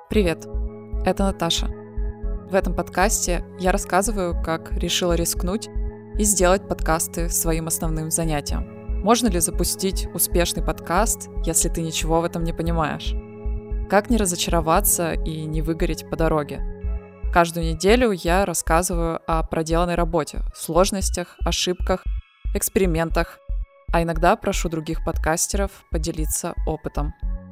Привет, это Наташа. В этом подкасте я рассказываю, как решила рискнуть и сделать подкасты своим основным занятием. Можно ли запустить успешный подкаст, если ты ничего в этом не понимаешь? Как не разочароваться и не выгореть по дороге? Каждую неделю я рассказываю о проделанной работе, сложностях, ошибках, экспериментах, а иногда прошу других подкастеров поделиться опытом.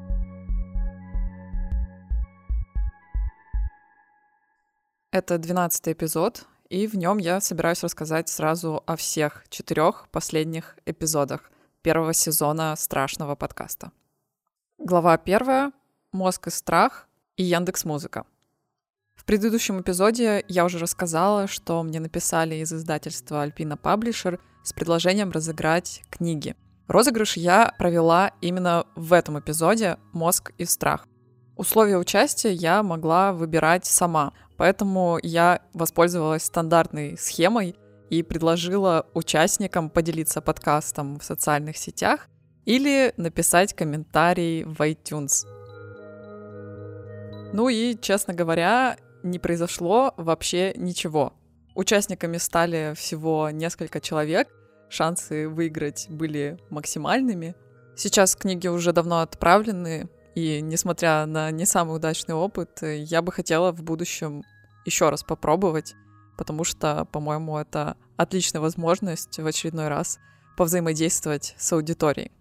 Это 12-й эпизод, и в нем я собираюсь рассказать сразу о всех 4 последних эпизодах первого сезона страшного подкаста. Глава 1 — «Мозг и страх» и Яндекс.Музыка. В предыдущем эпизоде я уже рассказала, что мне написали из издательства Alpina Publisher с предложением разыграть книги. Розыгрыш я провела именно в этом эпизоде «Мозг и страх». Условия участия я могла выбирать сама, поэтому я воспользовалась стандартной схемой и предложила участникам поделиться подкастом в социальных сетях или написать комментарий в iTunes. Ну и, честно говоря, не произошло вообще ничего. Участниками стали всего несколько человек, шансы выиграть были максимальными. Сейчас книги уже давно отправлены, и несмотря на не самый удачный опыт, я бы хотела в будущем еще раз попробовать, потому что, по-моему, это отличная возможность в очередной раз повзаимодействовать с аудиторией.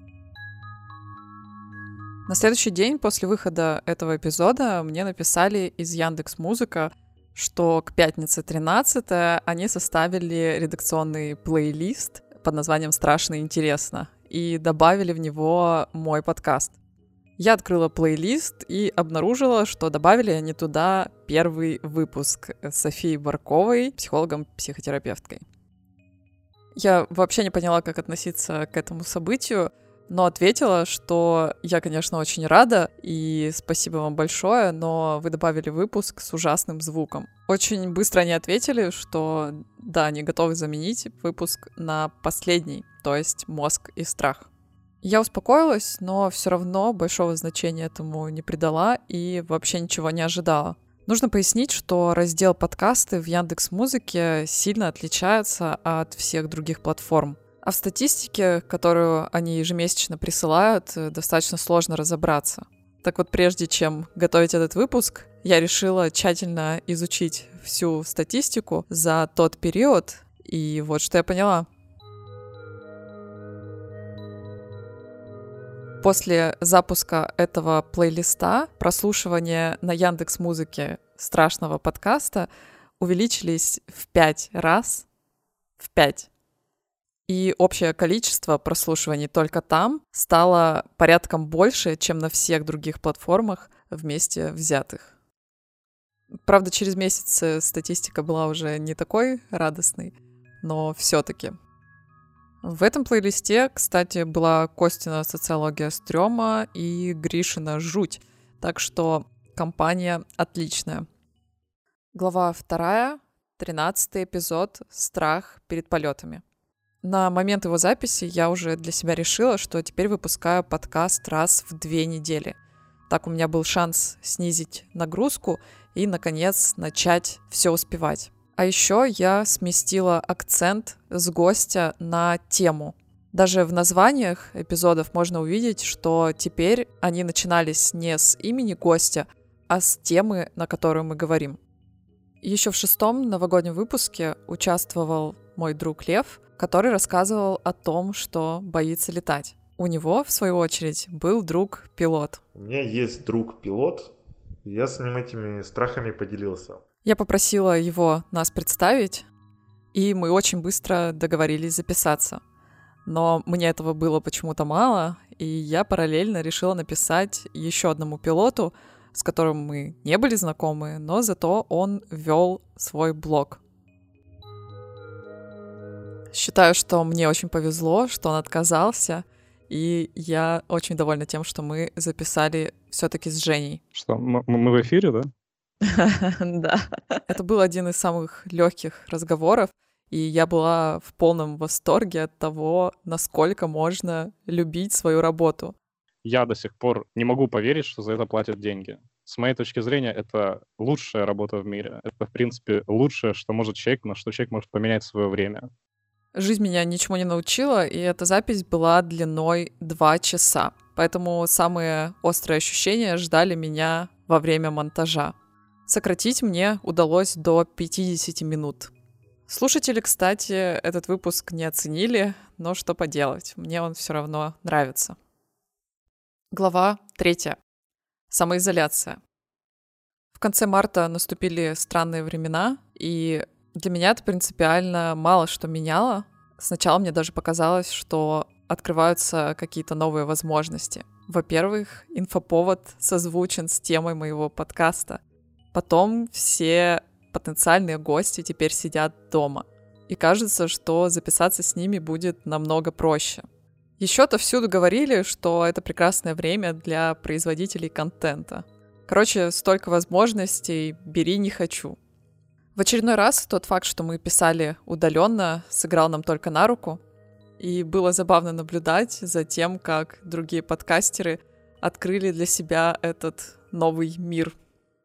На следующий день после выхода этого эпизода мне написали из Яндекс.Музыка, что к пятнице 13 они составили редакционный плейлист под названием «Страшно и интересно» и добавили в него мой подкаст. Я открыла плейлист и обнаружила, что добавили они туда первый выпуск с Софией Барковой, психологом-психотерапевткой. Я вообще не поняла, как относиться к этому событию, но ответила, что я, конечно, очень рада, и спасибо вам большое, но вы добавили выпуск с ужасным звуком. Очень быстро они ответили, что да, они готовы заменить выпуск на последний, то есть «Мозг и страх». Я успокоилась, но все равно большого значения этому не придала и вообще ничего не ожидала. Нужно пояснить, что раздел подкасты в Яндекс.Музыке сильно отличается от всех других платформ. А в статистике, которую они ежемесячно присылают, достаточно сложно разобраться. Так вот, прежде чем готовить этот выпуск, я решила тщательно изучить всю статистику за тот период, и вот что я поняла. После запуска этого плейлиста прослушивания на Яндекс.Музыке страшного подкаста увеличились в 5 раз. В 5. И общее количество прослушиваний только там стало порядком больше, чем на всех других платформах вместе взятых. Правда, через месяц статистика была уже не такой радостной, но все-таки. В этом плейлисте, кстати, была Костина «Социология стрёма» и Гришина «Жуть», так что компания отличная. Глава 2, 13 эпизод «Страх перед полетами». На момент его записи я уже для себя решила, что теперь выпускаю подкаст раз в 2 недели. Так у меня был шанс снизить нагрузку и, наконец, начать все успевать. А еще я сместила акцент с гостя на тему. Даже в названиях эпизодов можно увидеть, что теперь они начинались не с имени гостя, а с темы, на которую мы говорим. Еще в 6-м новогоднем выпуске участвовал мой друг Лев, который рассказывал о том, что боится летать. У него, в свою очередь, был друг-пилот. У меня есть друг-пилот, и я с ним этими страхами поделился. Я попросила его нас представить, и мы очень быстро договорились записаться. Но мне этого было почему-то мало, и я параллельно решила написать еще одному пилоту, с которым мы не были знакомы, но зато он вел свой блог. Считаю, что мне очень повезло, что он отказался, и я очень довольна тем, что мы записали все-таки с Женей. Что, мы в эфире, да? Да. Это был один из самых легких разговоров, и я была в полном восторге от того, насколько можно любить свою работу. Я до сих пор не могу поверить, что за это платят деньги. С моей точки зрения, это лучшая работа в мире. Это, в принципе, лучшее, что может человек, на что человек может поменять свое время. Жизнь меня ничему не научила, и эта запись была длиной 2 часа. Поэтому самые острые ощущения ждали меня во время монтажа. Сократить мне удалось до 50 минут. Слушатели, кстати, этот выпуск не оценили, но что поделать, мне он все равно нравится. Глава 3. Самоизоляция. В конце марта наступили странные времена, и для меня это принципиально мало что меняло. Сначала мне даже показалось, что открываются какие-то новые возможности. Во-первых, инфоповод созвучен с темой моего подкаста. Потом все потенциальные гости теперь сидят дома. И кажется, что записаться с ними будет намного проще. Еще-то всюду говорили, что это прекрасное время для производителей контента. Короче, столько возможностей, бери не хочу. В очередной раз тот факт, что мы писали удаленно, сыграл нам только на руку. И было забавно наблюдать за тем, как другие подкастеры открыли для себя этот новый мир.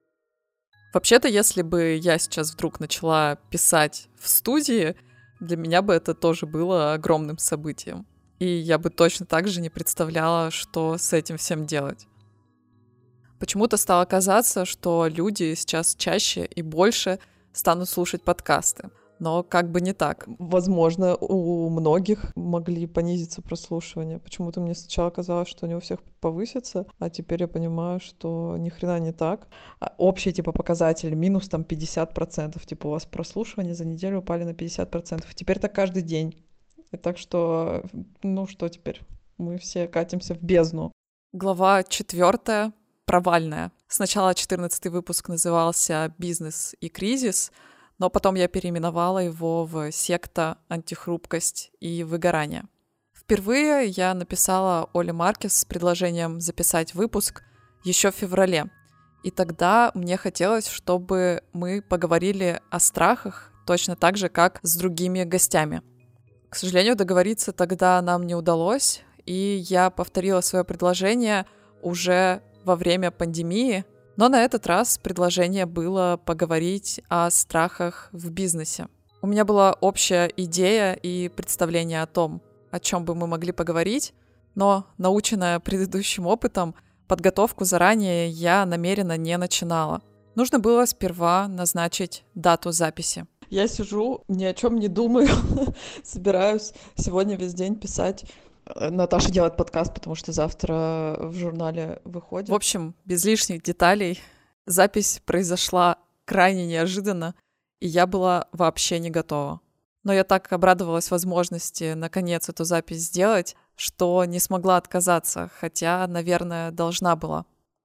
Вообще-то, если бы я сейчас вдруг начала писать в студии, для меня бы это тоже было огромным событием. И я бы точно так же не представляла, что с этим всем делать. Почему-то стало казаться, что люди сейчас чаще и больше станут слушать подкасты. Но как бы не так. Возможно, у многих могли понизиться прослушивания. Почему-то мне сначала казалось, что не у всех повысится, а теперь я понимаю, что ни хрена не так. Общий типа показатель минус там 50%. Типа у вас прослушивания за неделю упали на 50%. Теперь так каждый день. И так что, что теперь? Мы все катимся в бездну. Глава 4. Провальная. Сначала 14-й выпуск назывался «Бизнес и кризис», но потом я переименовала его в «Секта, антихрупкость и выгорание». Впервые я написала Оле Маркес с предложением записать выпуск еще в феврале. И тогда мне хотелось, чтобы мы поговорили о страхах точно так же, как с другими гостями. К сожалению, договориться тогда нам не удалось, и я повторила свое предложение уже во время пандемии, но на этот раз предложение было поговорить о страхах в бизнесе. У меня была общая идея и представление о том, о чем бы мы могли поговорить, но, наученная предыдущим опытом, подготовку заранее я намеренно не начинала. Нужно было сперва назначить дату записи. Я сижу, ни о чем не думаю, собираюсь сегодня весь день писать. Наташа делает подкаст, потому что завтра в журнале выходит. В общем, без лишних деталей, запись произошла крайне неожиданно, и я была вообще не готова. Но я так обрадовалась возможности наконец эту запись сделать, что не смогла отказаться, хотя, наверное, должна была.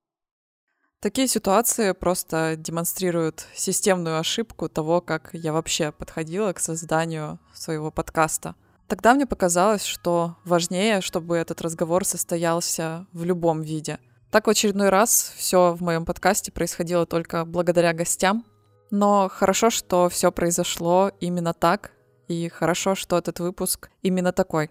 Такие ситуации просто демонстрируют системную ошибку того, как я вообще подходила к созданию своего подкаста. Тогда мне показалось, что важнее, чтобы этот разговор состоялся в любом виде. Так в очередной раз все в моем подкасте происходило только благодаря гостям. Но хорошо, что все произошло именно так, и хорошо, что этот выпуск именно такой.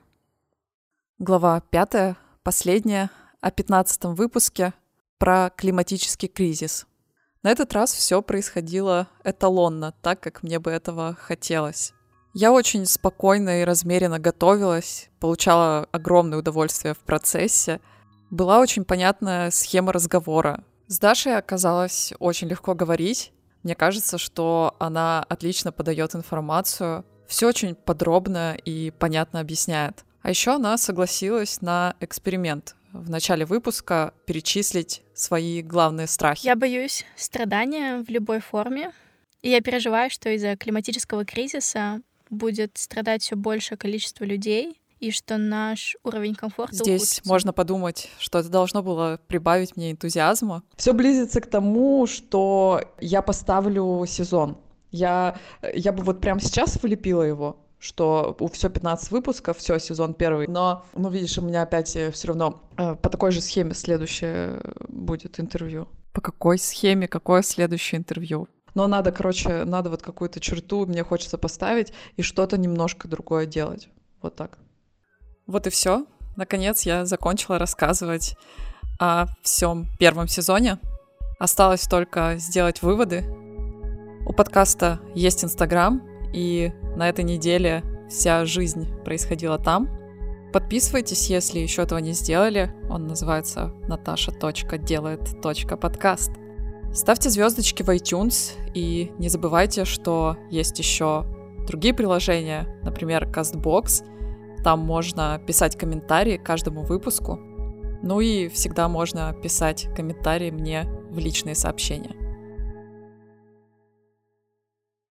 Глава 5, последняя, о 15-м выпуске про климатический кризис. На этот раз все происходило эталонно, так, как мне бы этого хотелось. Я очень спокойно и размеренно готовилась, получала огромное удовольствие в процессе. Была очень понятная схема разговора. С Дашей оказалось очень легко говорить. Мне кажется, что она отлично подает информацию, все очень подробно и понятно объясняет. А еще она согласилась на эксперимент. В начале выпуска перечислить свои главные страхи. Я боюсь страдания в любой форме. И я переживаю, что из-за климатического кризиса будет страдать все большее количество людей, и что наш уровень комфорта Здесь ухудшится. можно подумать, что это должно было прибавить мне энтузиазма. Все близится к тому, что я поставлю сезон. Я бы вот прямо сейчас вылепила его, что все 15 выпусков, все сезон 1. Но, видишь, у меня опять все равно по такой же схеме следующее будет интервью. По какой схеме, какое следующее интервью? Но надо вот какую-то черту мне хочется поставить и что-то немножко другое делать. Вот так. Вот и все. Наконец я закончила рассказывать о всем первом сезоне. Осталось только сделать выводы. У подкаста есть Инстаграм, и на этой неделе вся жизнь происходила там. Подписывайтесь, если еще этого не сделали. Он называется natasha.делает.подкаст. Ставьте звездочки в iTunes и не забывайте, что есть еще другие приложения, например, CastBox. Там можно писать комментарии к каждому выпуску. Ну и всегда можно писать комментарии мне в личные сообщения.